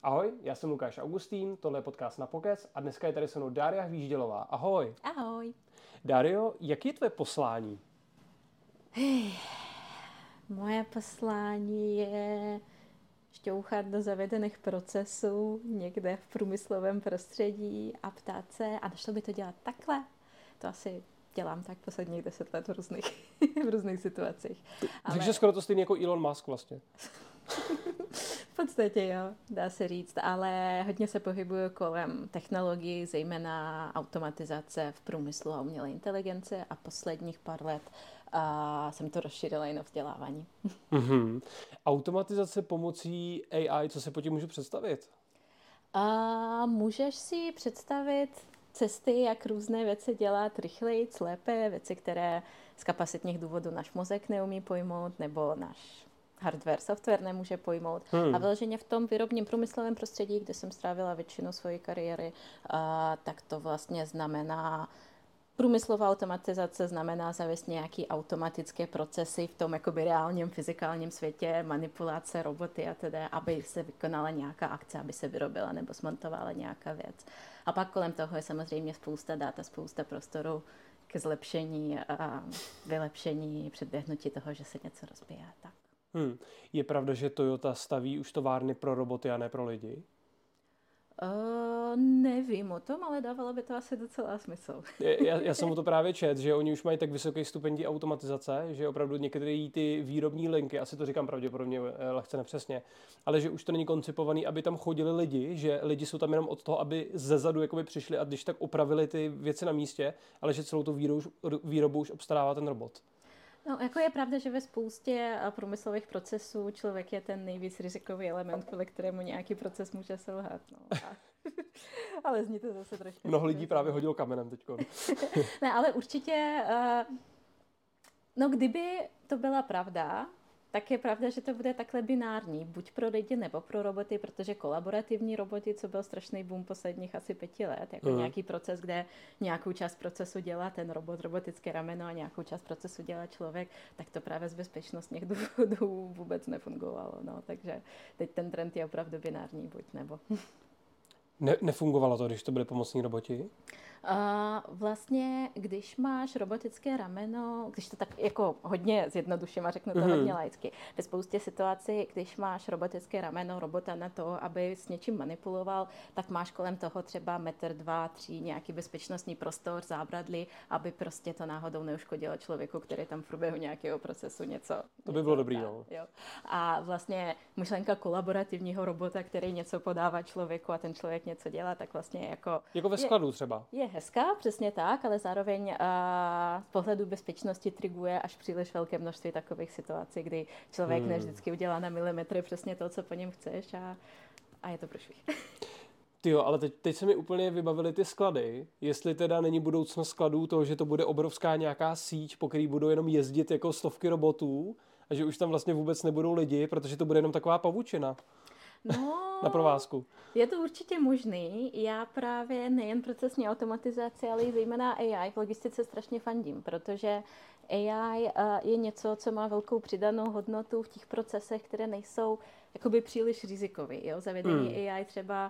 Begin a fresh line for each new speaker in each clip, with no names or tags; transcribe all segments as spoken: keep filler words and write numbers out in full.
Ahoj, já jsem Lukáš Augustín, tohle je podcast Na pokec a dneska je tady se mnou Dária Hvíždělová. Ahoj.
Ahoj.
Dário, jaký je tvoje poslání?
Hey, moje poslání je šťouchat do zavedených procesů někde v průmyslovém prostředí a ptát se, a nešlo by to dělat takhle? To asi dělám tak posledních deset let v různých, v různých situacích.
Ale... Takže skoro to stejně jako Elon Musk vlastně.
V podstatě jo, dá se říct, ale hodně se pohybuju kolem technologií, zejména automatizace v průmyslu a umělé inteligence a posledních pár let a jsem to rozšířila i na vzdělávání.
Mm-hmm. Automatizace pomocí A I, co se po tím můžu představit?
A můžeš si představit cesty, jak různé věci dělat rychleji, lépe, věci, které z kapacitních důvodů náš mozek neumí pojmout, nebo náš hardware, software nemůže pojmout. Hmm. A vyloženě v tom výrobním průmyslovém prostředí, kde jsem strávila většinu své kariéry, a, tak to vlastně znamená, průmyslová automatizace znamená zavést nějaké automatické procesy v tom jakoby reálním fyzikálním světě, manipulace, roboty a teda, aby se vykonala nějaká akce, aby se vyrobila nebo smontovala nějaká věc. A pak kolem toho je samozřejmě spousta dat a spousta prostoru ke zlepšení a vylepšení, předběhnutí toho, že se něco rozbije. Tak.
Hmm. Je pravda, že Toyota staví už továrny pro roboty a ne pro lidi?
Uh, nevím o tom, ale dávalo by to asi docela smysl.
já, já jsem o to právě čet, že oni už mají tak vysoký stupeň té automatizace, že opravdu některé ty výrobní linky, asi to říkám pravděpodobně lehce nepřesně, ale že už to není koncipovaný, aby tam chodili lidi, že lidi jsou tam jenom od toho, aby zezadu jakoby přišli a když tak opravili ty věci na místě, ale že celou tu výrobu, výrobu už obstarává ten robot.
No, jako je pravda, že ve spoustě průmyslových procesů člověk je ten nejvíc rizikový element, kvůli kterému nějaký proces může selhat. No. A... ale zní to zase trošku...
Mnoho lidí právě hodilo kamenem teďko.
Ne, ale určitě... Uh... No, kdyby to byla pravda, tak je pravda, že to bude takhle binární, buď pro lidi nebo pro roboty, protože kolaborativní roboty, co byl strašný boom posledních asi pěti let, jako mm. nějaký proces, kde nějakou část procesu dělá ten robot, robotické rameno a nějakou část procesu dělá člověk, tak to právě z bezpečnostních důvodů vůbec nefungovalo. No, takže teď ten trend je opravdu binární, buď nebo.
Ne, nefungovalo to, když to byly pomocní roboti?
Uh, vlastně, když máš robotické rameno, když to tak jako hodně zjednoduším a řeknu to mm-hmm. hodně laicky, ve spoustě situací, když máš robotické rameno, robota na to, aby s něčím manipuloval, tak máš kolem toho třeba metr, dva, tři, nějaký bezpečnostní prostor, zábradlí, aby prostě to náhodou neuškodilo člověku, který tam v průběhu nějakého procesu něco...
To by bylo dobrý, no.
Jo. A vlastně myšlenka kolaborativního robota, který něco podává člověku a ten člověk něco dělá, tak vlastně jako...
Jako ve skladu třeba.
Je hezká, přesně tak, ale zároveň uh, z pohledu bezpečnosti triguje až příliš velké množství takových situací, kdy člověk hmm. ne vždycky udělá na milimetry přesně to, co po něm chceš a, a je to prošvih.
Tyjo, ale teď, teď se mi úplně vybavily ty sklady. Jestli teda není budoucnost skladů toho, že to bude obrovská nějaká síť, po který budou jenom jezdit jako stovky robotů a že už tam vlastně vůbec nebudou lidi, protože to bude jenom taková pavučina.
No,
na provázku.
Je to určitě možný. Já právě nejen procesní automatizaci, ale i zejména A I v logistice strašně fandím, protože A I je něco, co má velkou přidanou hodnotu v těch procesech, které nejsou jakoby příliš rizikový. Jo? Zavedení hmm. A I třeba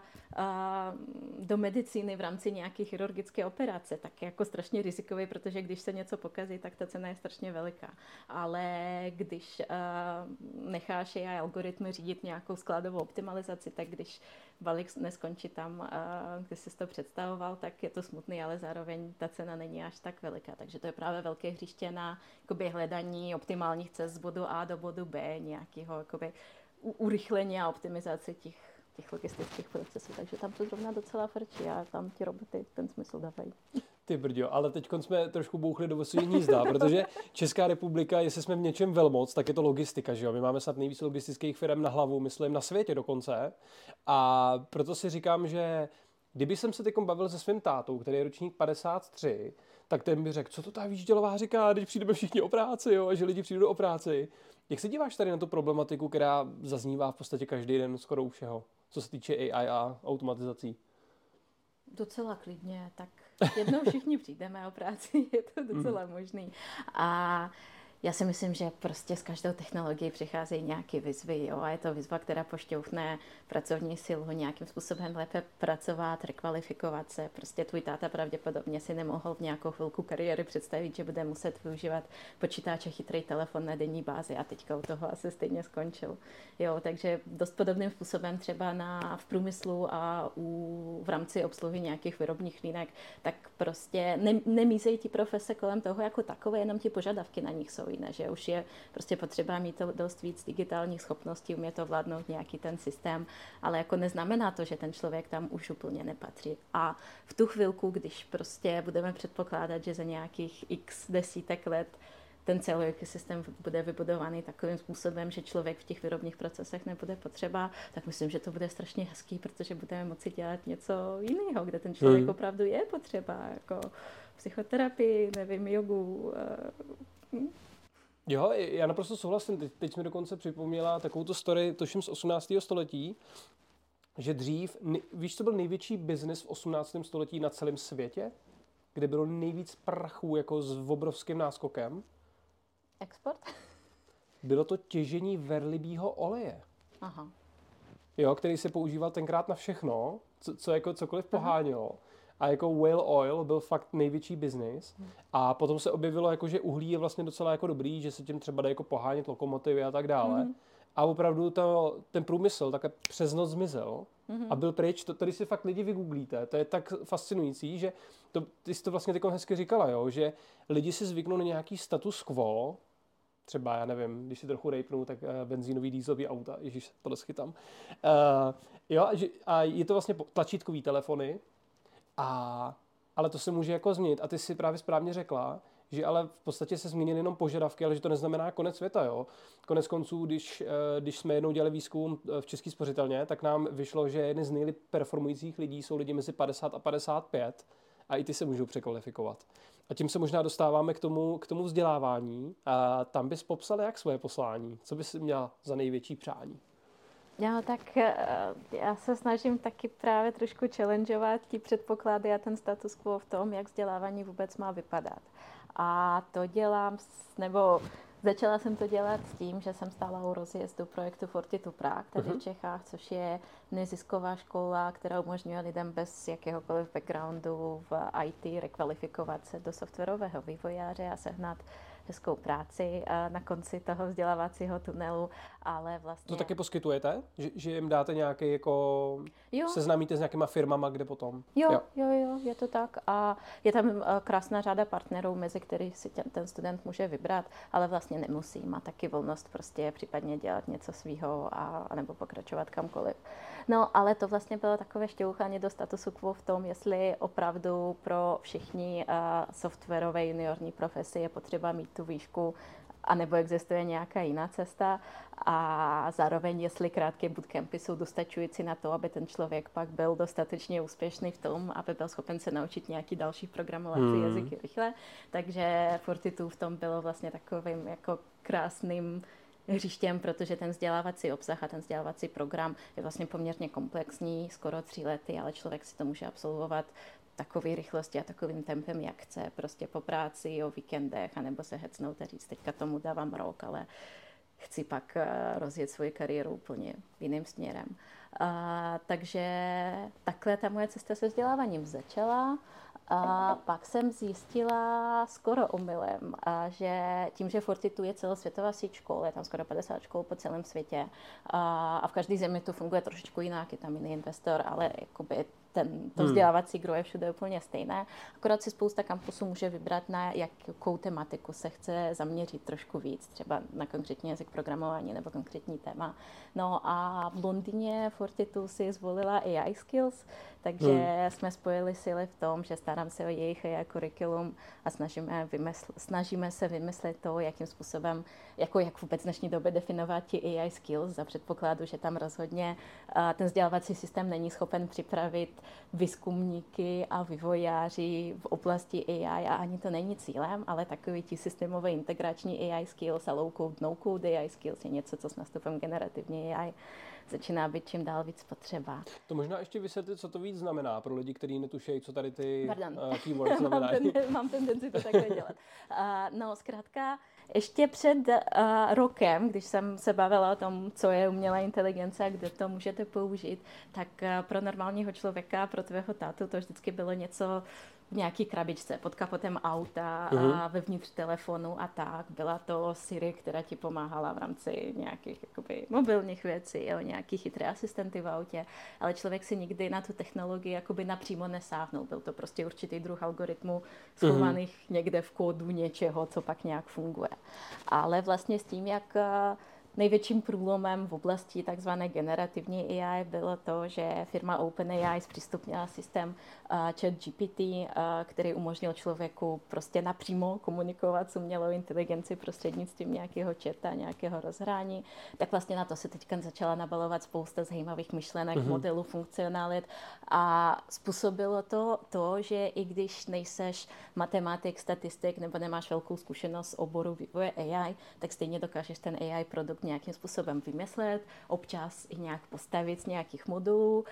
uh, do medicíny v rámci nějaké chirurgické operace, tak je jako strašně rizikový, protože když se něco pokazí, tak ta cena je strašně veliká. Ale když uh, necháš A I algoritmy řídit nějakou skladovou optimalizaci, tak když balík neskončí tam, uh, kde jsi to představoval, tak je to smutný, ale zároveň ta cena není až tak veliká. Takže to je právě velké hřiště na jakoby, hledání optimálních cest z bodu A do bodu B, nějakého jakoby, urychlení a optimizaci těch, těch logistických procesů. Takže tam to zrovna docela frčí a tam ti roboty ten smysl dávají.
Ty brďo, ale teď jsme trošku bouchli do svých hnízda, protože Česká republika, jestli jsme v něčem velmoc, tak je to logistika, že jo? My máme snad nejvíc logistických firm na hlavu, myslím na světě dokonce. A proto si říkám, že kdyby jsem se teď bavil se svým tátou, který je ročník padesát tři, tak ten by řekl, co to ta Hvíždělová říká, když přijdeme všichni o práci, jo, a že lidi přijdou o práci. Jak se díváš tady na tu problematiku, která zaznívá v podstatě každý den skoro u všeho, co se týče A I a automatizací?
Docela klidně, tak jednou všichni přijdeme o práci, je to docela možný. A Já si myslím, že prostě s každou technologií přicházejí nějaké výzvy, jo, a je to výzva, která pošťouchne pracovní silu nějakým způsobem lépe pracovat, rekvalifikovat se. Prostě tvůj táta pravděpodobně si nemohl v nějakou chvilku kariéry představit, že bude muset využívat počítače, chytrý telefon na denní bázi a teďka u toho asi stejně skončil. Jo, takže dost podobným způsobem třeba na, v průmyslu a u, v rámci obsluhy nějakých výrobních linek, tak prostě ne, nemízejí ti profese kolem toho jako takové, jenom ti požadavky na nich jsou jiné, že už je prostě potřeba mít to dost víc digitálních schopností, umět to vládnout nějaký ten systém, ale jako neznamená to, že ten člověk tam už úplně nepatří. A v tu chvilku, když prostě budeme předpokládat, že za nějakých x desítek let ten celý systém bude vybudovaný takovým způsobem, že člověk v těch výrobních procesech nebude potřeba, tak myslím, že to bude strašně hezký, protože budeme moci dělat něco jiného, kde ten člověk hmm. opravdu je potřeba, jako psychoterapii, nevím, jogu. Hm.
Jo, já naprosto souhlasím. Teď, teď mi dokonce připomněla takovou story, tuším z osmnáctého století, že dřív, víš, co byl největší biznis v osmnáctém století na celém světě, kde bylo nejvíc prachů jako s obrovským náskokem?
Export?
Bylo to těžení verlibího oleje.
Aha.
Jo, který se používal tenkrát na všechno, co, co jako cokoliv pohánělo. A jako whale oil byl fakt největší biznis. Hmm. A potom se objevilo, jako, že uhlí je vlastně docela jako dobrý, že se tím třeba dají jako pohánět lokomotivy a tak dále. Hmm. A opravdu to, ten průmysl také přes noc zmizel mm-hmm. a byl pryč. To, tady si fakt lidi vygooglíte. To je tak fascinující, že to, ty jsi to vlastně takovou hezky říkala, jo? Že lidi si zvyknou na nějaký status quo. Třeba, já nevím, když si trochu rejpnu, tak uh, benzínový dieselový auta, ježiš, tohle schytám. Uh, jo, a, že, a je to vlastně tlačítkový telefony, a, ale to se může jako změnit. A ty si právě správně řekla, že ale v podstatě se změnily jenom požadavky, ale že to neznamená konec světa, jo. Konec konců, když, když jsme jednou dělali výzkum v České spořitelně, tak nám vyšlo, že jedni z nejlíp performujících lidí jsou lidi mezi padesát a padesát pět a i ty se můžou překvalifikovat. A tím se možná dostáváme k tomu, k tomu vzdělávání. A tam bys popsal jak svoje poslání? Co bys měla za největší přání?
No, tak já se snažím taky právě trošku challengeovat ti předpoklady a ten status quo v tom, jak vzdělávání vůbec má vypadat. A to dělám, nebo začala jsem to dělat s tím, že jsem stála u rozjezdu projektu Fortitude Prague tady uh-huh. v Čechách, což je nezisková škola, která umožňuje lidem bez jakéhokoliv backgroundu v í té rekvalifikovat se do softwarového vývojáře a sehnat hezkou práci na konci toho vzdělávacího tunelu, ale vlastně...
To taky poskytujete? Že, že jim dáte nějaký jako... Jo. Seznámíte s nějakýma firmama, kde potom?
Jo, jo, jo, jo, je to tak. A je tam krásná řada partnerů, mezi který si ten, ten student může vybrat, ale vlastně nemusí. Má taky volnost prostě případně dělat něco svýho a nebo pokračovat kamkoliv. No, ale to vlastně bylo takové šťouchání do statusu quo v tom, jestli opravdu pro všichni uh, softwarové juniorní profese je potřeba mít tu výšku, anebo existuje nějaká jiná cesta a zároveň, jestli krátké bootcampy jsou dostačující na to, aby ten člověk pak byl dostatečně úspěšný v tom, aby byl schopen se naučit nějaký další programovací hmm. jazyky rychle. Takže Fortitude v tom bylo vlastně takovým jako krásným hřištěm, protože ten vzdělávací obsah a ten vzdělávací program je vlastně poměrně komplexní, skoro tři lety, ale člověk si to může absolvovat takové rychlosti a takovým tempem, jak chce, prostě po práci, o víkendech, anebo se hecnout a říct, teďka tomu dávám rok, ale chci pak rozjet svoji kariéru úplně jiným směrem. A, takže takhle ta moje cesta se vzděláváním začala. A pak jsem zjistila skoro omylem, a že tím, že Fortitude je celosvětová síť škol, je tam skoro padesát škol po celém světě a, a v každé zemi to funguje trošičku jinak, je tam jiný investor, ale jakoby ten, to vzdělávací gro je všude úplně stejné. Akorát si spousta kampusů může vybrat, na jakou tematiku se chce zaměřit trošku víc, třeba na konkrétní jazyk programování nebo konkrétní téma. No a v Londýně Fortitude si zvolila á í Skills, takže hmm. jsme spojili síly v tom, že starám se o jejich á í kurikulum a snažíme, vymysl, snažíme se vymyslet to, jakým způsobem, jako jak vůbec v dnešní době definovat ti á í Skills za předpokladu, že tam rozhodně uh, ten vzdělávací systém není schopen připravit výzkumníky a vývojáři v oblasti á í a ani to není cílem, ale takový ti systémové integrační á í skills a low-code, no-code á í skills je něco, co s nástupem generativní á í začíná být čím dál víc potřeba.
To možná ještě vysvětlit, co to víc znamená pro lidi, kteří netušejí, co tady ty uh, keywords
mám,
znamenají.
ten, mám tendenci to takhle dělat. Uh, no, zkrátka, ještě před uh, rokem, když jsem se bavila o tom, co je umělá inteligence a kde to můžete použít, tak uh, pro normálního člověka, pro tvého tátu, to vždycky bylo něco v nějaký krabičce pod kapotem auta uh-huh. a vevnitř telefonu a tak. Byla to Siri, která ti pomáhala v rámci nějakých jakoby, mobilních věcí, jo, nějaký chytré asistenty v autě, ale člověk si nikdy na tu technologii jakoby napřímo nesáhnul. Byl to prostě určitý druh algoritmů schovaných uh-huh. někde v kódu něčeho, co pak nějak funguje. Ale vlastně s tím, jak největším průlomem v oblasti tzv. Generativní A I bylo to, že firma OpenAI zpřístupnila systém uh, ChatGPT, uh, který umožnil člověku prostě napřímo komunikovat s umělou inteligenci prostřednictvím nějakého chata, nějakého rozhrání. Tak vlastně na to se teďka začala nabalovat spousta zajímavých myšlenek, mm-hmm. modelů, funkcionalit a způsobilo to to, že i když nejseš matematik, statistik nebo nemáš velkou zkušenost z oboru vývoje A I, tak stejně dokážeš ten A I produkt nějakým způsobem vymyslet, občas i nějak postavit z nějakých modulů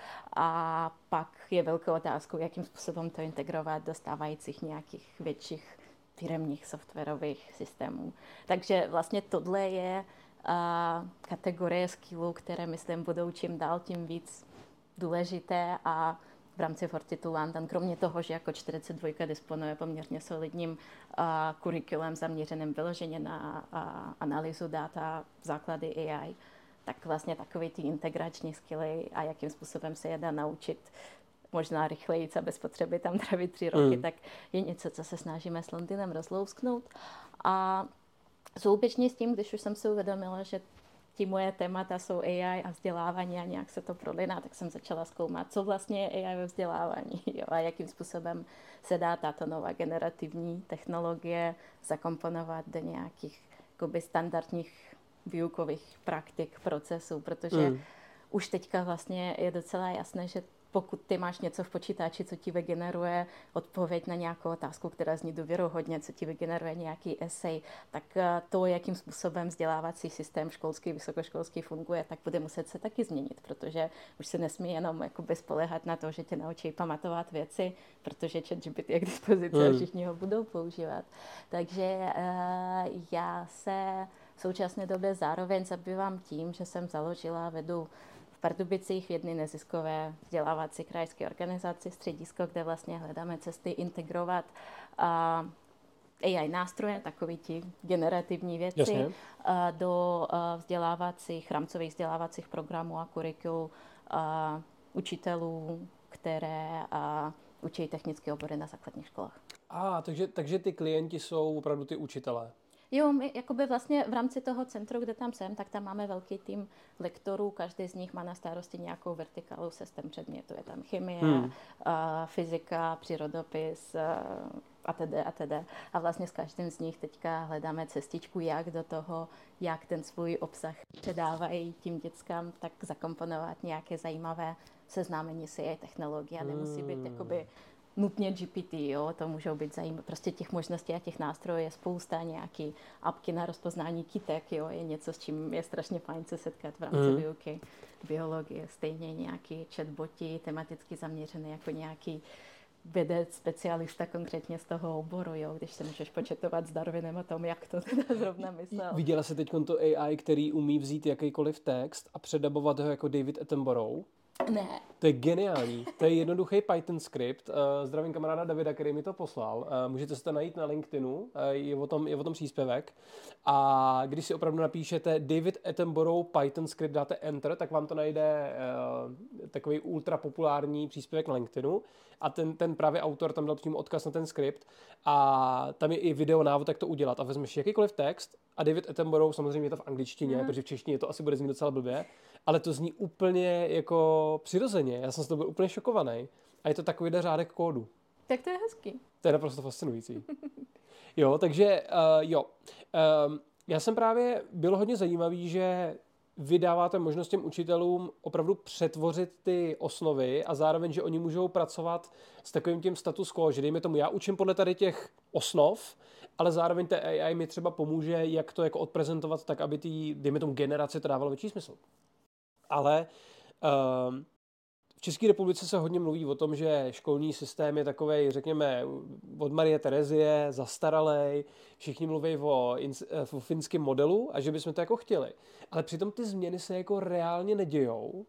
a pak je velkou otázkou, jakým způsobem to integrovat do stávajících nějakých větších firemních softwarových systémů. Takže vlastně tohle je uh, kategorie skillů, které myslím budou čím dál tím víc důležité a v rámci Fortitu London, kromě toho, že jako čtyřicet dva disponuje poměrně solidním uh, kurikulem zaměřeným vyloženě na uh, analýzu data, základy A I, tak vlastně takový ty integrační skilly a jakým způsobem se je dá naučit možná rychleji a bez potřeby tam trávit tři roky, mm. tak je něco, co se snažíme s Londýnem rozlousknout. A souběžně s tím, když už jsem si uvědomila, že ti moje témata jsou A I a vzdělávání a nějak se to prolíná, tak jsem začala zkoumat, co vlastně je A I ve vzdělávání, jo, a jakým způsobem se dá tato nová generativní technologie zakomponovat do nějakých jakoby, standardních výukových praktik, procesů, protože mm. už teďka vlastně je docela jasné, že pokud ty máš něco v počítači, co ti vygeneruje odpověď na nějakou otázku, která zní důvěryhodně, co ti vygeneruje nějaký esej, tak to, jakým způsobem vzdělávací systém školský, vysokoškolský funguje, tak bude muset se taky změnit, protože už se nesmí jenom jakoby spoléhat na to, že tě naučí pamatovat věci, protože ChatGPT je k dispozici hmm. a všichni ho budou používat. Takže uh, já se v současné době zároveň zabývám tím, že jsem založila, vedu v Pardubicích v jedné neziskové vzdělávací krajské organizaci středisko, kde vlastně hledáme cesty integrovat uh, A I nástroje, takové ti generativní věci, uh, do uh, vzdělávacích, rámcových vzdělávacích programů a kurikul uh, učitelů, které uh, učí technické obory na základních školách.
A, takže, takže ty klienti jsou opravdu ty učitelé.
Jo, my jakoby vlastně v rámci toho centru, kde tam jsem, tak tam máme velký tým lektorů, každý z nich má na starosti nějakou vertikálu systém předmětu. Je tam chemie, hmm. uh, fyzika, přírodopis uh, a tedy a tedy. A vlastně s každým z nich teďka hledáme cestičku, jak do toho, jak ten svůj obsah předávají tím dětskám, tak zakomponovat nějaké zajímavé seznámení si její technologie. A nemusí být jakoby nutně G P T, jo, to můžou být zajímavé. Prostě těch možností a těch nástrojů je spousta, nějaký apky na rozpoznání kytek, jo, je něco, s čím je strašně fajn se setkat v rámci mm. výuky biologie. Stejně nějaký chatboti tematicky zaměřený jako nějaký vědec, specialista konkrétně z toho oboru, jo, když se můžeš početovat s Darwinem o tom, jak to teda zrovna myslel.
Viděla jsi teď to A I, který umí vzít jakýkoliv text a předabovat ho jako David Attenborough?
Ne.
To je geniální. To je jednoduchý Python skript. Zdravím kamaráda Davida, který mi to poslal. Můžete se to najít na LinkedInu, je o tom, je o tom příspěvek. A když si opravdu napíšete David Attenborough Python skript, dáte Enter, tak vám to najde uh, takový ultra populární příspěvek na LinkedInu. A ten, ten právě autor tam dal přímo odkaz na ten skript. A tam je i video návod, jak to udělat. A vezmeš jakýkoliv text a David Attenborough, samozřejmě je to v angličtině, mm. protože v češtině to asi bude znít docela blbě, ale to zní úplně jako přirozeně. Já jsem z toho byl úplně šokovaný. A je to takový řádek kódu.
Tak to je hezký.
To je naprosto fascinující. Jo, takže uh, jo. Um, já jsem právě, bylo hodně zajímavý, že vy dáváte možnost těm učitelům opravdu přetvořit ty osnovy a zároveň, že oni můžou pracovat s takovým tím status quo, že dejme tomu, já učím podle tady těch osnov, ale zároveň té A I mi třeba pomůže, jak to jako odprezentovat tak, aby ty, dejme tomu, generaci to dávalo větší smysl. Ale um, v České republice se hodně mluví o tom, že školní systém je takovej, řekněme, od Marie Terezie, zastaralej, všichni mluví o, o finském modelu a že bychom to jako chtěli. Ale přitom ty změny se jako reálně nedějou.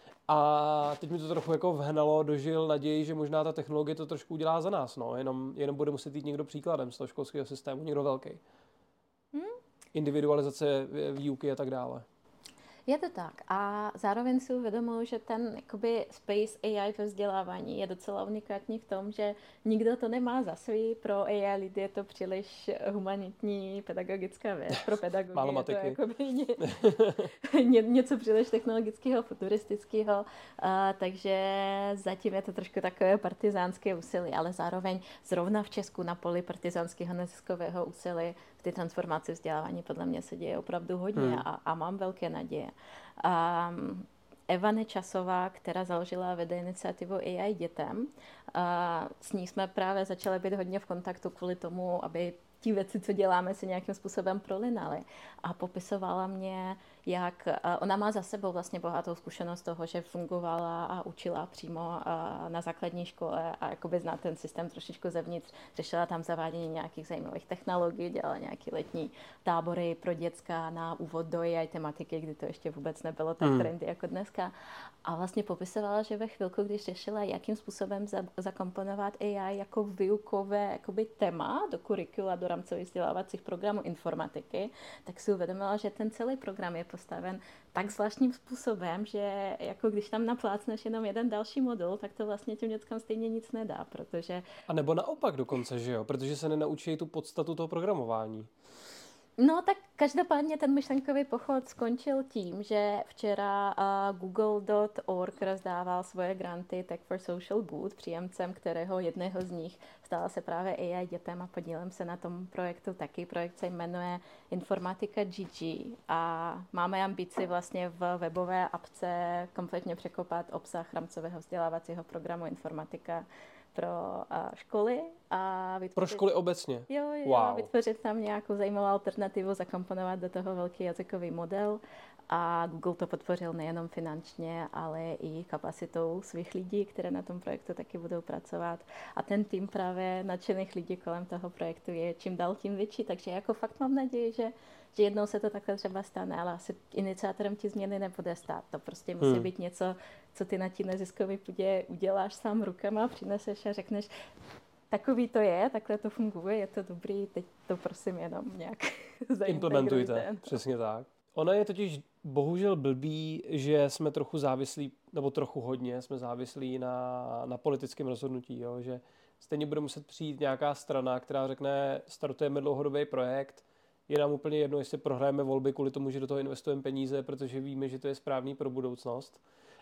A teď mi to trochu jako vhnalo, dožil naději, že možná ta technologie to trošku udělá za nás, no. Jenom, jenom bude muset jít někdo příkladem z toho školského systému, někdo velký. Hmm? Individualizace výuky a tak dále.
Je to tak a zároveň si uvědomuji, že ten jakoby space A I ve vzdělávání je docela unikátní v tom, že nikdo to nemá za svý, pro A I lidi je to příliš humanitní pedagogická věc, pro pedagogy je to jakoby ně, ně, něco příliš technologického, futuristického, a, takže zatím je to trošku takové partizánské úsilí, ale zároveň zrovna v Česku na poli partizánského neziskového úsilí v té transformaci vzdělávání podle mě se děje opravdu hodně hmm. a, a mám velké naděje. Um, Eva Nečasová, která založila a vede iniciativu A I dětem, a s ní jsme právě začali být hodně v kontaktu kvůli tomu, aby ty věci, co děláme, se nějakým způsobem prolinaly. A popisovala mě, jak ona má za sebou vlastně bohatou zkušenost toho, že fungovala a učila přímo na základní škole a jakoby zná ten systém trošičku zevnitř. Řešila tam zavádění nějakých zajímavých technologií, dělala nějaké letní tábory pro děcka na úvod do A I tematiky, kdy to ještě vůbec nebylo tak trendy jako dneska. A vlastně popisovala, že ve chvilku, když řešila, jakým způsobem zakomponovat A I jako výukové jakoby téma do kurikula, do rámcových vzdělávacích programů informatiky, tak si uvědomila, že ten celý program je postaven tak zvláštním způsobem, že jako když tam naplácneš jenom jeden další modul, tak to vlastně těm dětskám stejně nic nedá, protože... A
nebo naopak dokonce, že jo? Protože se nenaučí tu podstatu toho programování.
No tak každopádně ten myšlenkový pochod skončil tím, že včera uh, Google tečka org rozdával svoje granty Tech for Social Good, příjemcem kterého jedného z nich stala se právě A I dětem a podílem se na tom projektu taky. Projekt se jmenuje Informatika G G a máme ambici vlastně v webové apce kompletně překopat obsah rámcového vzdělávacího programu Informatika pro uh, školy a vytvořit...
Pro školy obecně?
Jo, jo,
wow.
Vytvořit tam nějakou zajímavou alternativu, zakomponovat do toho velký jazykový model a Google to podpořil nejenom finančně, ale i kapacitou svých lidí, které na tom projektu taky budou pracovat. A ten tým právě nadšených lidí kolem toho projektu je čím dál tím větší, takže jako fakt mám naději, že že jednou se to takhle třeba stane, ale asi iniciátorem ti změny nebude stát. To prostě musí hmm. být něco, co ty na tí neziskové půdě uděláš sám rukama, přineseš a řekneš, takový to je, takhle to funguje, je to dobrý, teď to prosím jenom nějak
implementujte. Přesně tak. Ono je totiž bohužel blbý, že jsme trochu závislí, nebo trochu hodně jsme závislí na, na politickém rozhodnutí, jo? Že stejně bude muset přijít nějaká strana, která řekne, startujeme dlouhodobý projekt, je nám úplně jedno, jestli prohrajeme volby kvůli tomu, že do toho investujeme peníze, protože víme, že to je správný pro budoucnost.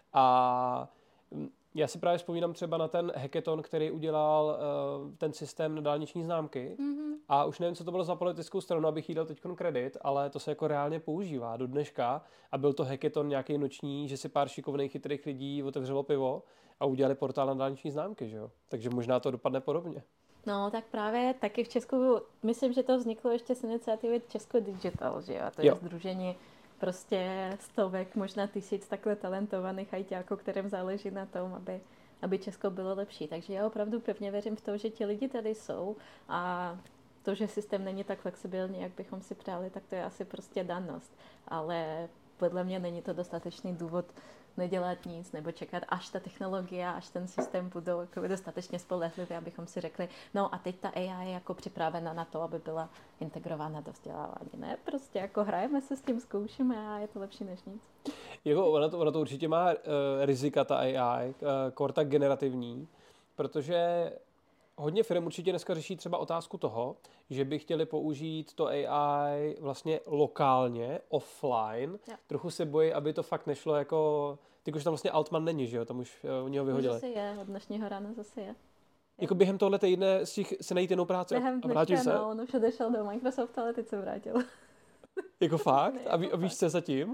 A já si právě vzpomínám třeba na ten hackathon, který udělal uh, ten systém na dálniční známky. Mm-hmm. A už nevím, co to bylo za politickou stranu, abych jí dal teď kredit, ale to se jako reálně používá do dneška. A byl to hackathon nějaký noční, že si pár šikovných chytrých lidí otevřelo pivo a udělali portál na dálniční známky, že jo? Takže možná to dopadne podobně.
No, tak právě taky v Česku, myslím, že to vzniklo ještě z iniciativy Česko Digital, že jo? A to jo. je sdružení prostě stovek, možná tisíc takhle talentovaných ajťáků, kterým záleží na tom, aby, aby Česko bylo lepší. Takže já opravdu pevně věřím v to, že ti lidi tady jsou a to, že systém není tak flexibilní, jak bychom si přáli, tak to je asi prostě danost. Ale podle mě není to dostatečný důvod nedělat nic nebo čekat, až ta technologie, až ten systém budou jako dostatečně spolehlivé, abychom si řekli, no a teď ta A I je jako připravena na to, aby byla integrována do vzdělávání. Ne, prostě jako hrajeme se s tím, zkoušíme a je to lepší než nic.
Jako ona to, ona to určitě má uh, rizika, ta A I, uh, korta generativní, protože hodně firm určitě dneska řeší třeba otázku toho, že by chtěli použít to A I vlastně lokálně, offline. Ja. Trochu se bojí, aby to fakt nešlo jako... Teď už tam vlastně Altman není, že jo? Tam už uh, u něho vyhodili.
Zase je, od dnešního rána zase je.
Jako během tohle týdne se najít jinou práci
během
a vrátil se?
No, on už odešel do Microsoftu, ale teď se vrátil.
Jako fakt? A, ví, a víš co zatím?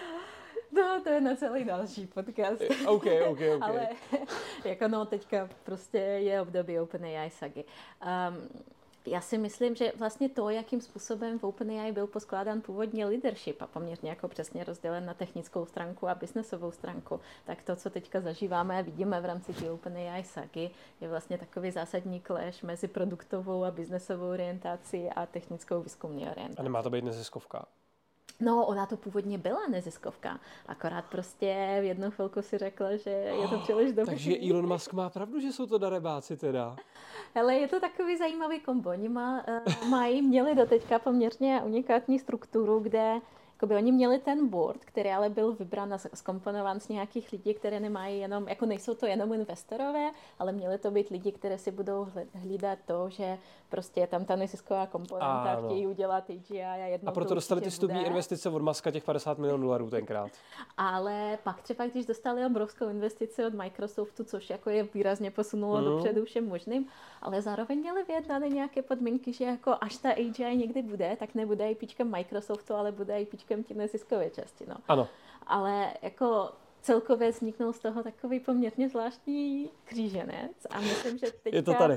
No, to je na celý další podcast.
OK, OK, OK.
Ale jako no, teďka prostě je období OpenAI sagy. Um, já si myslím, že vlastně to, jakým způsobem v OpenAI byl poskládán původně leadership a poměrně jako přesně rozdělen na technickou stránku a biznesovou stránku, tak to, co teďka zažíváme a vidíme v rámci té OpenAI sagy, je vlastně takový zásadní clash mezi produktovou a biznesovou orientací a technickou výzkumní orientací.
A nemá to být neziskovka?
No, ona to původně byla neziskovka, akorát prostě v jednu chvilku si řekla, že je to příliš dobrý.
Takže Elon Musk má pravdu, že jsou to darebáci teda.
Ale je to takový zajímavý kombo. Oni má, uh, mají, měli doteďka poměrně unikátní strukturu, kde jakoby, oni měli ten board, který ale byl vybrán a zkomponován z nějakých lidí, které nemají jenom, jako nejsou to jenom investorové, ale měli to být lidi, které si budou hlídat to, že prostě je tam ta nezisková komponenta, ano. Chtějí udělat A G I a jednou.
A proto dostali ty vstupní investice od Muska těch padesát milionů dolarů tenkrát.
Ale pak třeba, když dostali obrovskou investici od Microsoftu, což jako je výrazně posunulo mm. dopředu všem možným, ale zároveň měli vyjednané nějaké podmínky, že jako až ta A G I někdy bude, tak nebude IPčkem Microsoftu, ale bude IPčkem ty neziskové části. No.
Ano.
Ale jako celkově vzniknul z toho takový poměrně zvláštní kříženec a myslím, že teďka...
Je to tady.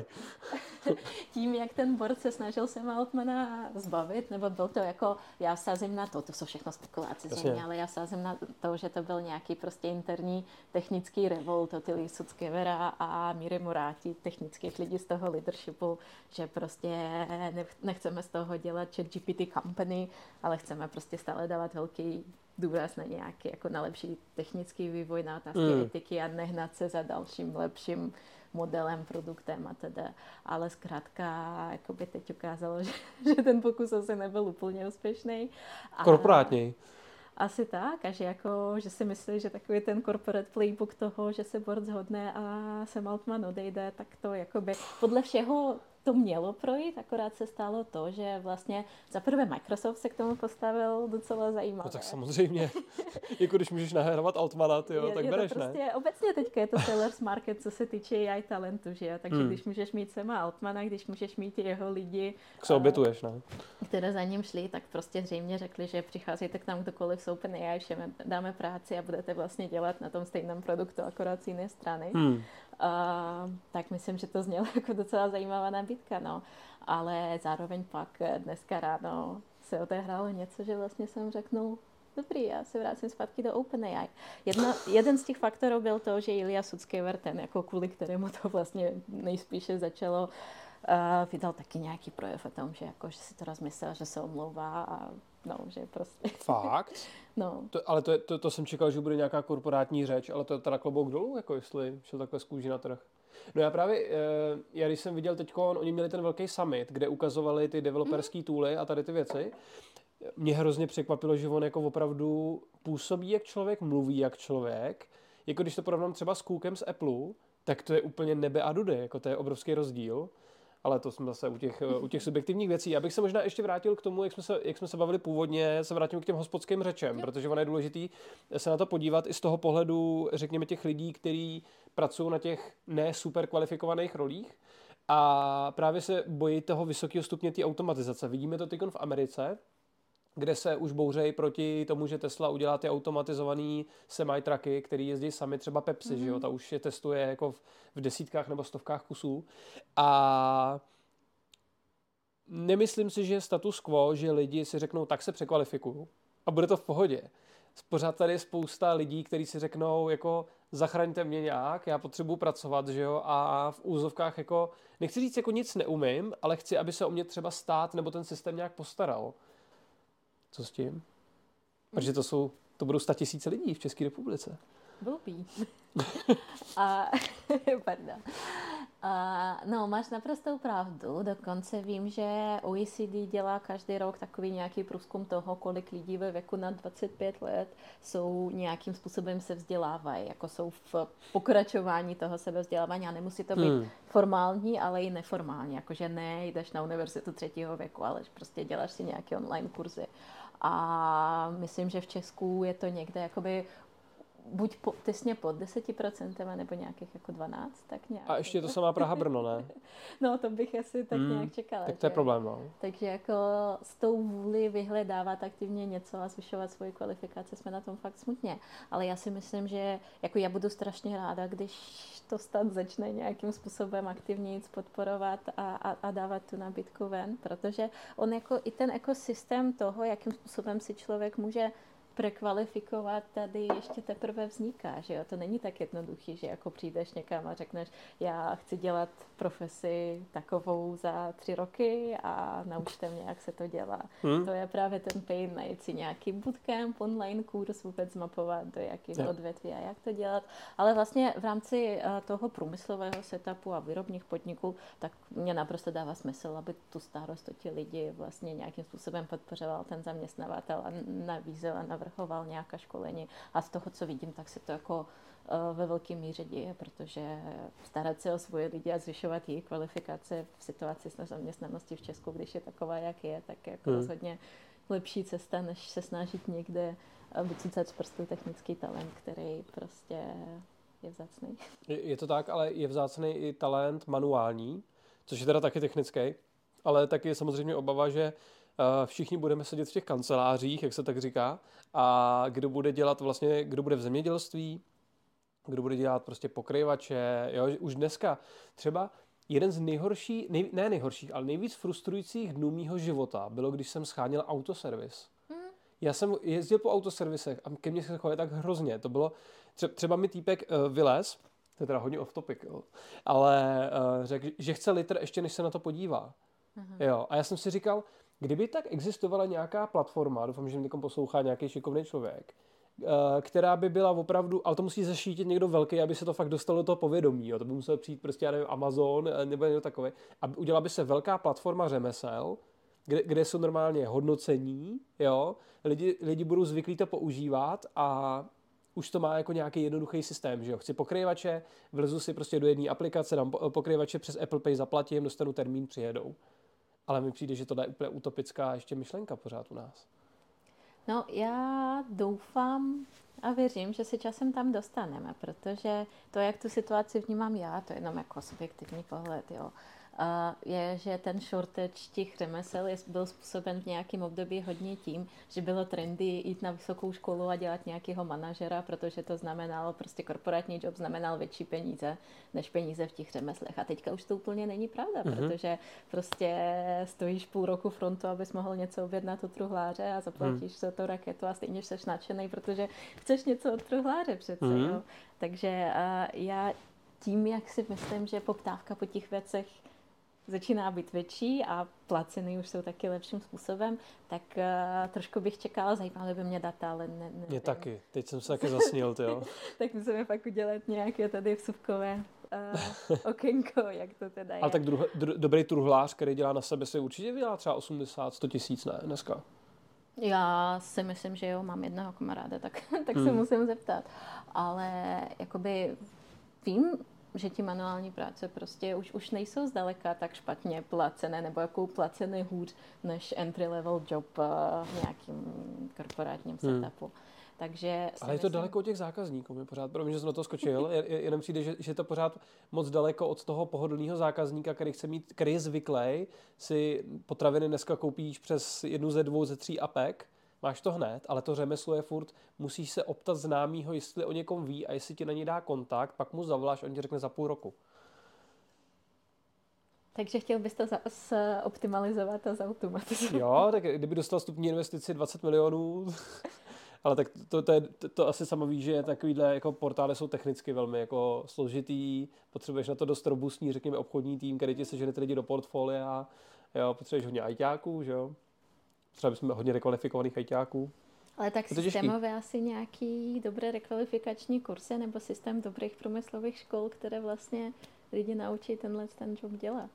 Tím, jak ten board se snažil Sama Altmana zbavit, nebo byl to jako, já sázím na to, to jsou všechno spekulace země, ale já sázím na to, že to byl nějaký prostě interní technický revolt od Ilji Sutskeverera a Míry Muráti, technických lidí z toho leadershipu, že prostě nechceme z toho dělat ChatGPT company, ale chceme prostě stále dávat velký důraz na nějaký, jako na lepší technický vývoj, na otázky mm. etiky a nehnat se za dalším lepším modelem, produktem a teda. Ale zkrátka, jakoby teď ukázalo, že, že ten pokus asi nebyl úplně úspěšný.
Korporátní.
Asi tak, a že, jako, že si myslí, že takový ten corporate playbook toho, že se board zhodne a Sam Altman odejde, tak to jakoby podle všeho to mělo projít, akorát se stalo to, že vlastně za prvé Microsoft se k tomu postavil docela zajímavě.
No tak samozřejmě, jako když můžeš nahrávat Altmana, tyjo,
je,
tak
je
bereš,
to prostě,
ne?
Obecně teďka je to seller's market, co se týče A I talentu, že jo? Takže hmm. když můžeš mít Sama Altmana, když můžeš mít jeho lidi,
tak se obětuješ, ne?
Které za ním šli, tak prostě zřejmě řekli, že přicházíte k nám kdokoliv z OpenAI, všem dáme práci a budete vlastně dělat na tom stejném produktu, akorát z jiné strany. Hmm. Uh, tak myslím, že to znělo jako docela zajímavá nabídka, no. Ale zároveň pak dneska ráno se odehrálo něco, že vlastně jsem řeknul, dobrý, já se vrátím zpátky do OpenAI. Jedno, jeden z těch faktorů byl to, že Ilya Sutskever, ten jako kvůli kterému to vlastně nejspíše začalo, uh, vydal taky nějaký projev o tom, že, jako, že si to rozmyslel, že se omlouvá a no, že prostě...
Fakt?
No.
To, ale to, to, to jsem čekal, že bude nějaká korporátní řeč, ale to je teda klobouk dolů, jako jestli šel takhle z kůží na trh. No já právě, já když jsem viděl teďko, oni měli ten velký summit, kde ukazovali ty developerský tooly a tady ty věci. Mě hrozně překvapilo, že on jako opravdu působí jak člověk, mluví jak člověk. Jako když to porovnám třeba s Cookem z Apple, tak to je úplně nebe a dudy, jako to je obrovský rozdíl. Ale to jsme zase u těch, u těch subjektivních věcí. Já bych se možná ještě vrátil k tomu, jak jsme se, jak jsme se bavili původně, se vrátím k těm hospodským řečem, protože ono je důležitý se na to podívat i z toho pohledu, řekněme, těch lidí, kteří pracují na těch ne super kvalifikovaných rolích a právě se bojí toho vysokého stupně té automatizace. Vidíme to teď v Americe, kde se už bouřejí proti tomu, že Tesla udělá ty automatizovaný semi-trucky, který jezdí sami, třeba Pepsi, mm-hmm. že jo, ta už je testuje jako v, v desítkách nebo stovkách kusů. A nemyslím si, že je status quo, že lidi si řeknou, tak se překvalifikuju a bude to v pohodě. Pořád tady je spousta lidí, kteří si řeknou, jako zachraňte mě nějak, já potřebuji pracovat, že jo, a v úzovkách jako, nechci říct, jako nic neumím, ale chci, aby se o mě třeba stát nebo ten systém nějak postaral. Co s tím? Protože to jsou, to budou statisíce lidí v České republice.
Blbý. a, pardon. A, no, máš naprostou pravdu. Dokonce vím, že O E C D dělá každý rok takový nějaký průzkum toho, kolik lidí ve věku nad dvacet pět let jsou nějakým způsobem se vzdělávají, jako jsou v pokračování toho sebevzdělávání a nemusí to být hmm. formální, ale i neformální. Jakože ne, jdeš na univerzitu třetího věku, ale prostě děláš si nějaké online kurzy. A myslím, že v Česku je to někde jakoby buď po, těsně pod deseti procenty, nebo nějakých jako dvanáct, tak nějak.
A ještě je to samá Praha Brno, ne?
No, to bych asi tak
mm,
nějak čekala.
Tak to je
že?
problém, no.
Takže jako s tou vůli vyhledávat aktivně něco a zvyšovat svoji kvalifikaci jsme na tom fakt smutně. Ale já si myslím, že jako já budu strašně ráda, když to stát začne nějakým způsobem aktivně podporovat a, a, a dávat tu nabídku ven, protože on jako i ten ekosystém toho, jakým způsobem si člověk může prekvalifikovat, tady ještě teprve vzniká, že jo? To není tak jednoduchý, že jako přijdeš někam a řekneš, já chci dělat profesi takovou za tři roky a naučte mě, jak se to dělá. Hmm. To je právě ten pain, najít si nějaký bootcamp, online kurz, vůbec zmapovat, do jakého yeah. odvětví a jak to dělat. Ale vlastně v rámci toho průmyslového setupu a výrobních podniků, tak mě naprosto dává smysl, aby tu starost o ti lidi vlastně nějakým způsobem podpořoval ten zaměstnavatel a nabízel a navrhoval nějaká školení. A z toho, co vidím, tak se to jako ve velké míře děje, protože starat se o svoje lidi a zvyšovat jejich kvalifikace v situaci s nezaměstnaností v Česku, když je taková, jak je, tak je jako hmm. rozhodně lepší cesta, než se snažit někde vycucat z prstu technický talent, který prostě je vzácný.
Je, je to tak, ale je vzácný i talent manuální, což je teda taky technický, ale taky je samozřejmě obava, že všichni budeme sedět v těch kancelářích, jak se tak říká, a kdo bude dělat vlastně, kdo bude v zemědělství, kdo bude dělat prostě pokryvače, jo, už dneska třeba jeden z nejhorších, nej, ne nejhorších, ale nejvíc frustrujících dnů mýho života bylo, když jsem scháněl autoservis. Hmm. Já jsem jezdil po autoservisech a ke mně se chovali tak hrozně. To bylo, třeba mi týpek uh, vylez, to je teda hodně off topic, jo, ale uh, řekl, že chce litr ještě, než se na to podívá. Hmm. Jo, a já jsem si říkal, kdyby tak existovala nějaká platforma, doufám, že mě někom poslouchá nějaký šikovný člověk, která by byla opravdu, ale to musí zašítit někdo velký, aby se to fakt dostalo do toho povědomí. Jo. To by musel přijít prostě, já nevím, Amazon nebo někdo takový. A udělala by se velká platforma řemesel, kde, kde jsou normálně hodnocení, jo. Lidi, lidi budou zvyklí to používat a už to má jako nějaký jednoduchý systém, že jo. Chci pokryvače, vlezu si prostě do jedné aplikace, dám pokryvače přes Apple Pay, zaplatím, dostanu termín, přijedou. Ale mi přijde, že to je úplně utopická ještě myšlenka pořád u nás.
No, já doufám a věřím, že se časem tam dostaneme, protože to, jak tu situaci vnímám já, to je jenom jako subjektivní pohled, jo, je, že ten shortage těch řemesel je, byl způsoben v nějakém období hodně tím, že bylo trendy jít na vysokou školu a dělat nějakého manažera, protože to znamenalo, prostě korporátní job znamenal větší peníze, než peníze v těch řemeslech. A teďka už to úplně není pravda, mm-hmm. protože prostě stojíš půl roku frontu, abys mohl něco objednat od truhláře a zaplatíš mm. za to raketu a stejně jsi nadšenej, protože chceš něco od truhláře přece. Mm-hmm. Jo. Takže uh, já tím, jak si myslím, že poptávka po těch věcech začíná být větší a placeny už jsou taky lepším způsobem, tak uh, trošku bych čekala, zajímavé by mě data, ale ne, ne
Mě taky, teď jsem se taky zasnil, tyjo.
Tak musíme pak udělat nějaké tady vsuvkové uh, okénko, jak to teda je.
Ale tak druh, dr, dobrý truhlář, který dělá na sebe, si určitě vydělá třeba osmdesát sto tisíc, ne, dneska.
Já si myslím, že jo, mám jednoho kamaráda, tak, tak hmm. se musím zeptat. Ale jakoby vím, že ti manuální práce prostě už, už nejsou zdaleka tak špatně placené, nebo jako placené hůř než entry-level job v nějakým korporátním setupu. Hmm. Takže
ale je to myslím... daleko od těch zákazníků, mi pořád, protože jsem na to skočil, jenom přijde, že, že je to pořád moc daleko od toho pohodlného zákazníka, který chce mít, který je zvyklý, si potraviny dneska koupíš přes jednu ze dvou, ze tří apek, máš to hned, ale to řemeslo je furt, musíš se optat známýho, jestli o někom ví a jestli ti na něj dá kontakt, pak mu zavoláš, on ti řekne za půl roku.
Takže chtěl bys to optimalizovat a zautomatizovat.
Jo, tak kdyby dostal vstupní investici dvacet milionů, ale tak to, to, je, to, to asi sama víš, že takovýhle jako portály jsou technicky velmi jako složitý, potřebuješ na to dost robustní, řekněme, obchodní tým, který ti sežene ty lidi do portfolia, jo, potřebuješ hodně ajťáků, že jo. Třeba bychom hodně rekvalifikovaných ajťáků.
Ale tak systémové asi nějaký dobré rekvalifikační kursy nebo systém dobrých průmyslových škol, které vlastně lidi naučí tenhle ten job dělat.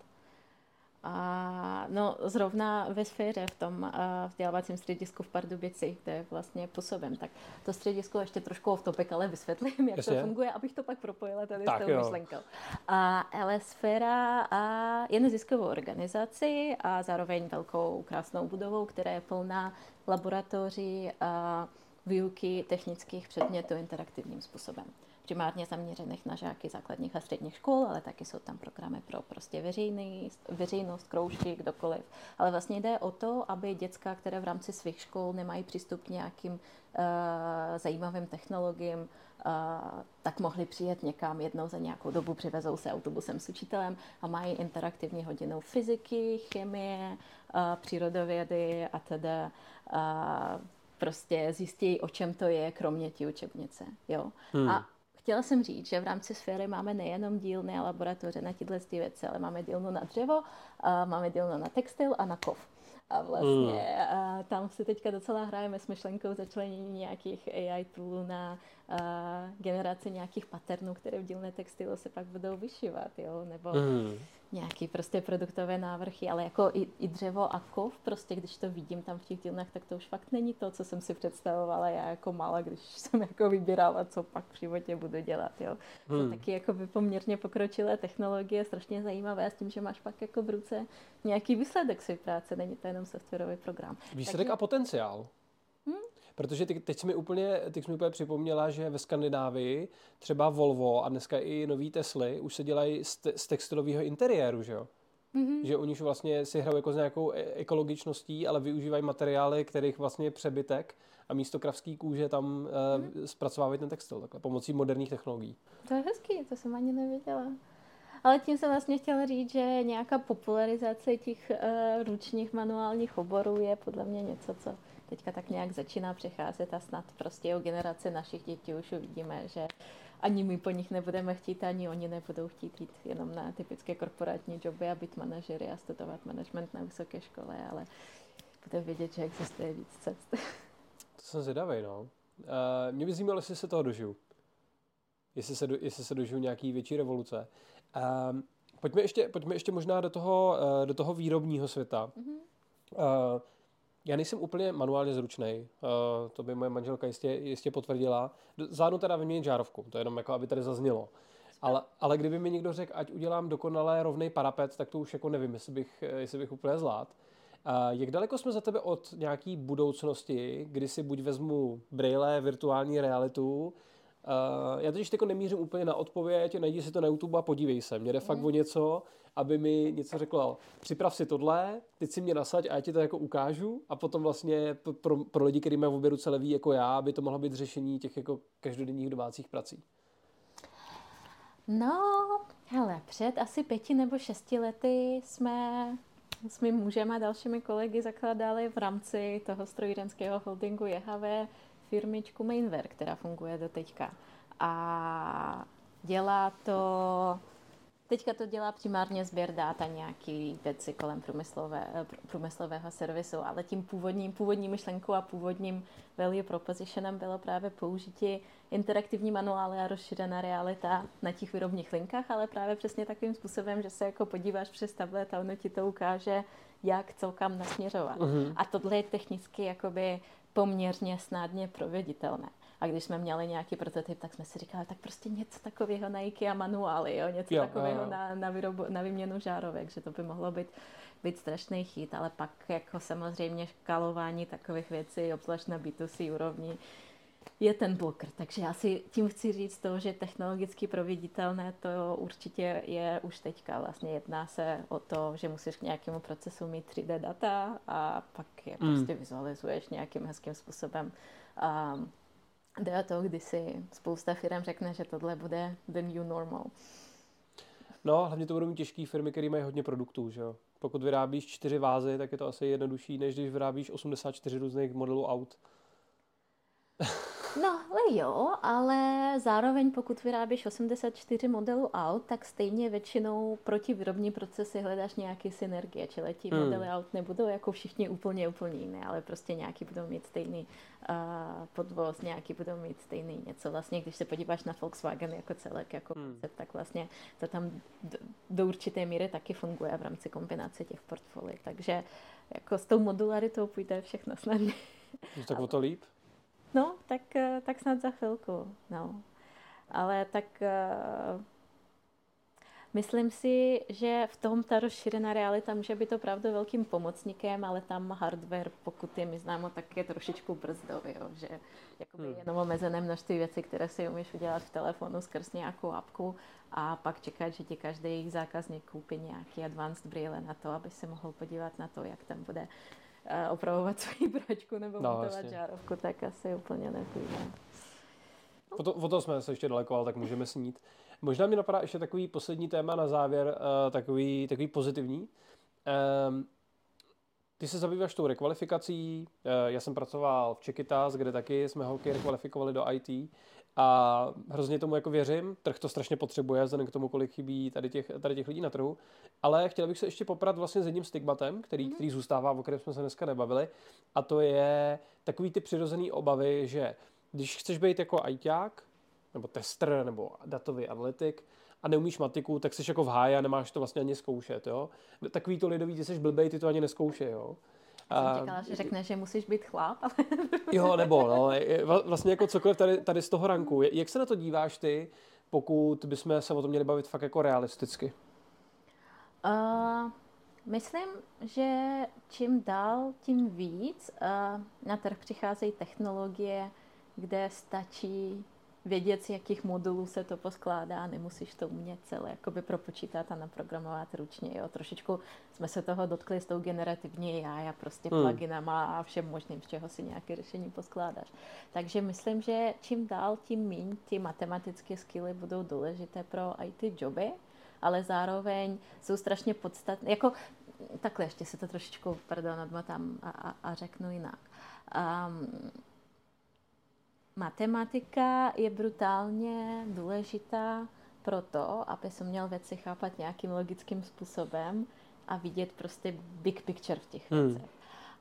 A no zrovna ve sféře v tom uh, vzdělávacím středisku v Pardubicích, kde vlastně působím, tak to středisko ještě trošku off topic, ale vysvětlím, jak Jasně. to funguje, abych to pak propojila tady tak, s tou myšlenkou. A ale sféra a je neziskovou organizaci a zároveň velkou krásnou budovou, která je plná laboratoří a výuky technických předmětů interaktivním způsobem. Primárně zaměřených na žáky základních a středních škol, ale taky jsou tam programy pro prostě veřejný, veřejnost, kroužky, kdokoliv. Ale vlastně jde o to, aby děcka, které v rámci svých škol nemají přístup k nějakým uh, zajímavým technologiím, uh, tak mohli přijet někam jednou za nějakou dobu, přivezou se autobusem s učitelem a mají interaktivní hodinu fyziky, chemie, uh, přírodovědy a teda uh, prostě zjistí, o čem to je, kromě té učebnice. Jo? Hmm. A chtěla jsem říct, že v rámci sféry máme nejenom dílny a laboratoře na tyhle věci, ale máme dílnu na dřevo, a máme dílnu na textil a na kov. A vlastně mm. a tam si teďka docela hrajeme s myšlenkou začlenění nějakých A I toolů na a, generaci nějakých patternů, které v dílně textilu se pak budou vyšívat, jo, nebo mm. nějaký prostě produktové návrhy, ale jako i, i dřevo a kov, prostě když to vidím tam v těch dílnách, tak to už fakt není to, co jsem si představovala já jako malá, když jsem jako vybírala, co pak v životě budu dělat, jo. Mm. To taky jako by poměrně pokročilé technologie, strašně zajímavé s tím, že máš pak jako v ruce nějaký výsledek své práce, není to jenom softwarový program.
Výsledek
Takže...
a potenciál. Hmm? Protože ty, teď jsi mi úplně, teď jsi mi úplně připomněla, že ve Skandinávii třeba Volvo a dneska i nový Tesly už se dělají z, te, z textilového interiéru, že jo? Mm-hmm. Že oni už vlastně si hrajou jako s nějakou ekologičností, ale využívají materiály, kterých vlastně je přebytek a místo kravský kůže tam mm-hmm. uh, zpracovávají ten textil takhle, pomocí moderních technologií.
To je hezký, to jsem ani nevěděla. Ale tím jsem vlastně chtěla říct, že nějaká popularizace těch uh, ručních manuálních oborů je podle mě něco, co teďka tak nějak začíná přecházet a snad prostě o generaci našich dětí už uvidíme, že ani my po nich nebudeme chtít, ani oni nebudou chtít jít jenom na typické korporátní joby a být manažery a studovat management na vysoké škole, ale budeme vědět, že existuje víc cest.
To jsem zvědavej, no. Uh, mě by zajímalo, jestli se toho dožiju. Jestli se, do, jestli se dožiju nějaký větší revoluce. Um, pojďme, ještě, pojďme ještě možná do toho, uh, do toho výrobního světa. Mm-hmm. Uh, já nejsem úplně manuálně zručnej, uh, to by moje manželka jistě, jistě potvrdila. Zvládnu teda vyměnit žárovku, to je jenom jako, aby tady zaznělo. Ale, ale kdyby mi někdo řekl, ať udělám dokonale rovnej parapet, tak to už jako nevím, jestli bych, jestli bych úplně zvládl. Uh, jak daleko jsme za tebe od nějaký budoucnosti, kdy si buď vezmu brýle, virtuální realitu. Uh, já totiž teď nemířím úplně na odpověď, najdi si to na YouTube a podívej se. Mě jde mm. fakt o něco, aby mi něco řeklo, připrav si tohle, teď si mě nasaď a já ti to jako ukážu a potom vlastně pro, pro lidi, kteří mají v obě ruce levý jako já, aby to mohlo být řešení těch jako každodenních domácích prací.
No, hele, před asi pěti nebo šesti lety jsme s mým mužem a dalšími kolegy zakládali v rámci toho strojírenského holdingu J H V firmičku Mainware, která funguje do teďka. A dělá to, teďka to dělá primárně sběr dát a nějaký věci kolem průmyslové, průmyslového servisu, ale tím původním, původní myšlenkou a původním value propositionem bylo právě použití interaktivní manuály a rozšířená realita na těch výrobních linkách, ale právě přesně takovým způsobem, že se jako podíváš přes tablet a ono ti to ukáže, jak co kam nasměřovat. Uh-huh. A tohle je technicky jakoby poměrně snadně proveditelné. A když jsme měli nějaký prototyp, tak jsme si říkali, tak prostě něco takového na IKEA manuály, jo? něco jo, takového jo. Na, na, výrobu, na výměnu žárovek, že to by mohlo být, být strašný chyt, ale pak jako samozřejmě škálování takových věcí, obzvlášť na bé dvě cé úrovni, je ten bloker. Takže já si tím chci říct to, že technologicky proveditelné to určitě je už teďka. Vlastně jedná se o to, že musíš k nějakému procesu mít tři dé data a pak je mm. prostě vizualizuješ nějakým hezkým způsobem. Um, jde o to, kdy si spousta firm řekne, že tohle bude the new normal.
No, hlavně to budou mít těžké firmy, které mají hodně produktů, že jo. Pokud vyrábíš čtyři vázy, tak je to asi jednodušší, než když vyrábíš osmdesát čtyři různých modelů aut.
No, ale jo, ale zároveň pokud vyrábíš osmdesát čtyři modelů aut, tak stejně většinou proti výrobní procesy hledáš nějaké synergie, čili ti hmm. modely aut nebudou jako všichni úplně úplně jiné, ale prostě nějaký budou mít stejný uh, podvoz, nějaký budou mít stejný něco. Vlastně, když se podíváš na Volkswagen jako celek, jako hmm. koncept, tak vlastně to tam do, do určité míry taky funguje v rámci kombinace těch portfolií. Takže jako s tou modularitou půjde všechno snadně.
Tak o to líp?
No, tak, tak snad za chvilku, no. Ale tak Myslím si, že v tom ta rozšířená realita může být opravdu velkým pomocníkem, ale tam hardware, pokud je mi známo, tak je trošičku brzdou, jo? Že jakoby hmm. jenom omezené množství věcí, které si umíš udělat v telefonu skrz nějakou apku a pak čekat, že ti každý zákazník koupí nějaký advanced brýle na to, aby se mohl podívat na to, jak tam bude uh, opravovat svoji bračku nebo no, montovat vlastně. žárovku, tak asi úplně nepůjde.
O to, o to jsme se ještě daleko, ale tak můžeme snít. Možná mi napadá ještě takový poslední téma na závěr, uh, takový, takový pozitivní. Um, ty se zabýváš tou rekvalifikací, uh, já jsem pracoval v Čekytas, kde taky jsme holky rekvalifikovali do í té a hrozně tomu jako věřím, trh to strašně potřebuje, vzhledem k tomu, kolik chybí tady těch, tady těch lidí na trhu, ale chtěl bych se ještě poprat vlastně s jedním stigmatem, který, mm-hmm. který zůstává, o kterém jsme se dneska nebavili, a to je takový ty přirozený obavy, že když chceš být jako ajťák, nebo tester, nebo datový analytik a neumíš matiku, tak jsi jako v háji a nemáš to vlastně ani zkoušet, jo. Takový to lidový, ty jsi blbej, ty to ani neskoušej, jo.
Já jsem čekala, že řekneš, že musíš být chlap, ale...
Jo, nebo, no, vlastně jako cokoliv tady, tady z toho ranku. Jak se na to díváš ty, pokud bychom se o tom měli bavit fakt jako realisticky?
Uh, myslím, že čím dál, tím víc uh, na trh přicházejí technologie, kde stačí vědět, z jakých modulů se to poskládá, nemusíš to umět celé jakoby propočítat a naprogramovat ručně. Jo. Trošičku jsme se toho dotkli s tou generativní á í a prostě hmm. pluginama a všem možným, z čeho si nějaké řešení poskládáš. Takže myslím, že čím dál, tím míň ty matematické skilly budou důležité pro í té joby, ale zároveň jsou strašně podstatné. Jako, takhle ještě se to trošičku, pardon, odmotám a, a, a řeknu jinak. Um, Matematika je brutálně důležitá pro to, aby se měl věci chápat nějakým logickým způsobem a vidět prostě big picture v těch hmm. věcech.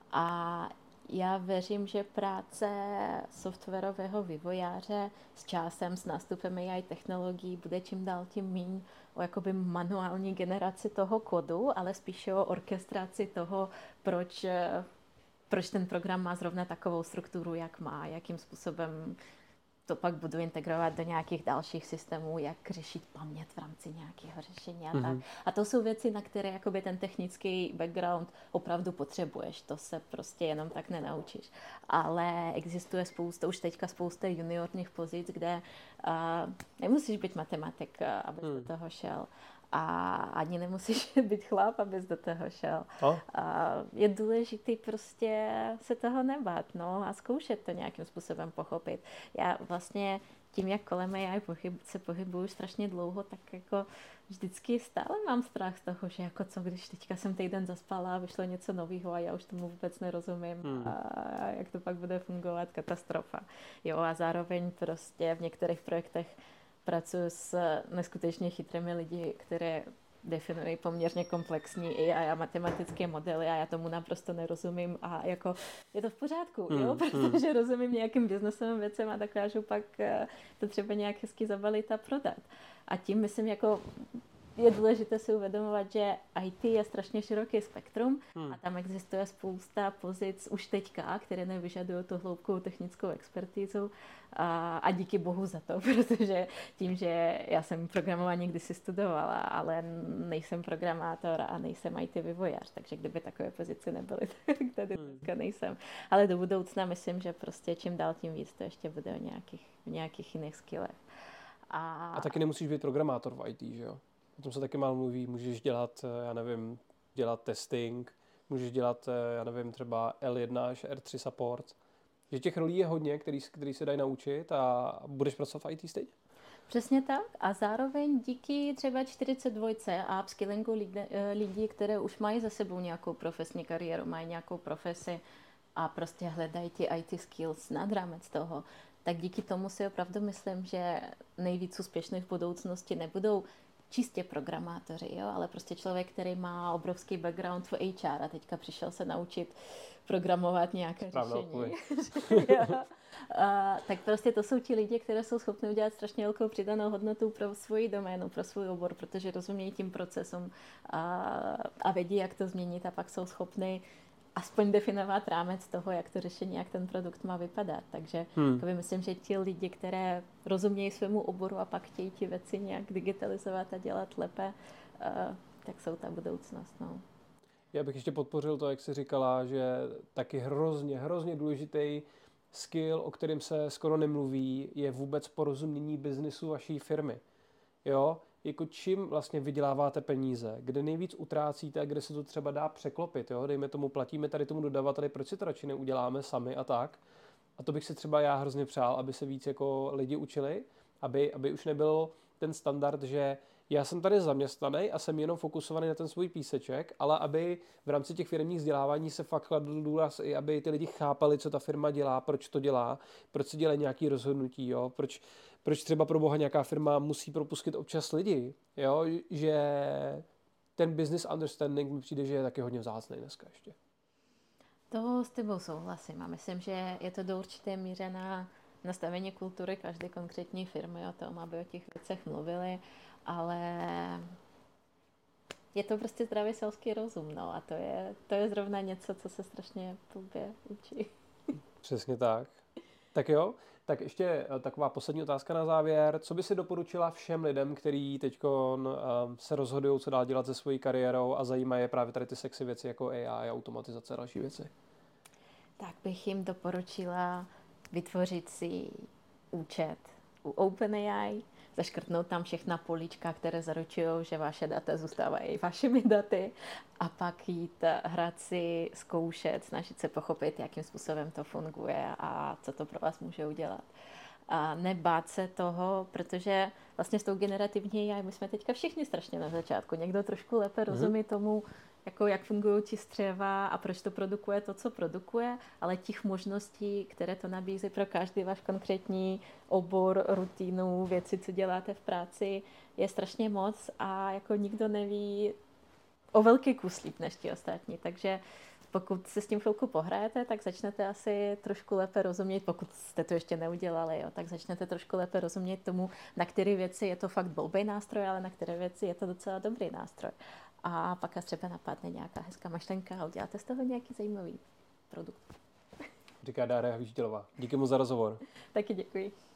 A já věřím, že práce softwarového vývojáře s časem, s nástupem á í technologií bude čím dál tím míň o jakoby manuální generaci toho kodu, ale spíše o orchestraci toho, proč proč ten program má zrovna takovou strukturu, jak má, jakým způsobem to pak budu integrovat do nějakých dalších systémů, jak řešit paměť v rámci nějakého řešení a mm-hmm. tak. A to jsou věci, na které jakoby ten technický background opravdu potřebuješ. To se prostě jenom tak nenaučíš. Ale existuje spousta, už teďka spousta juniorních pozic, kde uh, nemusíš být matematik, abys mm. do toho šel. A ani nemusíš být chlap, abys do toho šel. Oh. A je důležité prostě se toho nebát, no, a zkoušet to nějakým způsobem pochopit. Já vlastně tím, jak kolem á í pochyb, se pohybuju strašně dlouho, tak jako vždycky stále mám strach z toho, že jako co, když teďka jsem týden zaspala a vyšlo něco nového a já už tomu vůbec nerozumím hmm. a jak to pak bude fungovat, katastrofa. Jo, a zároveň prostě v některých projektech pracuji s neskutečně chytrými lidi, které definují poměrně komplexní á í a matematické modely a já tomu naprosto nerozumím a jako je to v pořádku, mm, jo, protože mm. rozumím nějakým biznesovým věcem a dokážu pak to třeba nějak hezky zabalit a prodat. A tím myslím, jako je důležité si uvědomovat, že í té je strašně široký spektrum hmm. a tam existuje spousta pozic už teďka, které nevyžadují tu hloubkou technickou expertízu a, a díky bohu za to, protože tím, že já jsem programování kdysi studovala, ale nejsem programátor a nejsem í té vývojář, takže kdyby takové pozice nebyly, tak tady hmm. dneska nejsem. Ale do budoucna myslím, že prostě čím dál tím víc to ještě bude o nějakých, nějakých jiných skillech.
A... a taky nemusíš být programátor v í té, že jo? O tom se taky málo mluví, můžeš dělat, já nevím, dělat testing, můžeš dělat, já nevím, třeba el jedna až er tři support. Že těch rolí je hodně, který, který se dají naučit a budeš pracovat v í té stejně.
Přesně tak a zároveň díky třeba čtyřicet dva a upskillingu lidí, které už mají za sebou nějakou profesní kariéru, mají nějakou profesi a prostě hledají ty í té skills nad rámec toho, tak díky tomu si opravdu myslím, že nejvíc úspěšných v budoucnosti nebudou čistě programátoři, jo, ale prostě člověk, který má obrovský background v há er a teďka přišel se naučit programovat nějaké Správno, řešení. a, tak prostě to jsou ti lidi, kteří jsou schopni udělat strašně velkou přidanou hodnotu pro svoji doménu, pro svůj obor, protože rozumějí tím procesům a, a vědí, jak to změnit a pak jsou schopni aspoň definovat rámec toho, jak to řešení, jak ten produkt má vypadat. Takže hmm. myslím, že ti lidi, které rozumějí svému oboru a pak chtějí ti věci nějak digitalizovat a dělat lépe, uh, tak jsou ta budoucnost. No.
Já bych ještě podpořil to, jak jsi říkala, že taky hrozně, hrozně důležitý skill, o kterém se skoro nemluví, je vůbec porozumění biznisu vaší firmy. Jo? Jako čím vlastně vyděláváte peníze, kde nejvíc utrácíte a kde se to třeba dá překlopit. Jo? Dejme tomu, platíme tady tomu dodavateli, proč si to radši neuděláme sami a tak. A to bych si třeba já hrozně přál, aby se víc jako lidi učili, aby, aby už nebyl ten standard, že já jsem tady zaměstnaný a jsem jenom fokusovaný na ten svůj píseček, ale aby v rámci těch firemních vzdělávání se fakt kladl důraz i aby ty lidi chápali, co ta firma dělá, proč to dělá, proč se dělají nějaké rozhodnutí, jo? Proč, proč třeba pro boha nějaká firma musí propustit občas lidi, jo? Že ten business understanding mi přijde, že je taky hodně vzácný dneska ještě.
To s tebou souhlasím a myslím, že je to do určité míře na nastavení kultury každé konkrétní firmy o tom, aby o těch věcech mluvili, ale je to prostě zdravý selský rozum, no a to je, to je zrovna něco, co se strašně blbě učí.
Přesně tak. Tak jo, tak ještě taková poslední otázka na závěr. Co by si doporučila všem lidem, kteří teď se rozhodují, co dál dělat se svojí kariérou a zajímají je právě tady ty sexy věci jako A I, automatizace a další věci?
Tak bych jim doporučila vytvořit si účet u OpenAI, zaškrtnout tam všechna políčka, které zaručují, že vaše data zůstávají vašimi daty a pak jít hrát si, zkoušet, snažit se pochopit, jakým způsobem to funguje a co to pro vás může udělat. A nebát se toho, protože vlastně s tou generativní A I my jsme teďka všichni strašně na začátku. Někdo trošku lépe rozumí tomu, jako jak fungují ti střeva a proč to produkuje to, co produkuje, ale těch možností, které to nabízí pro každý váš konkrétní obor, rutinu, věci, co děláte v práci, je strašně moc a jako nikdo neví o velký kus líp než ti ostatní. Takže pokud se s tím chvilku pohrajete, tak začnete asi trošku lépe rozumět, pokud jste to ještě neudělali, jo, tak začnete trošku lépe rozumět tomu, na které věci je to fakt blbý nástroj, ale na které věci je to docela dobrý nástroj. A pak vás třeba napadne nějaká hezká myšlenka a uděláte z toho nějaký zajímavý produkt.
Říká Dária Hvíždělová. Díky mu za rozhovor.
Taky děkuji.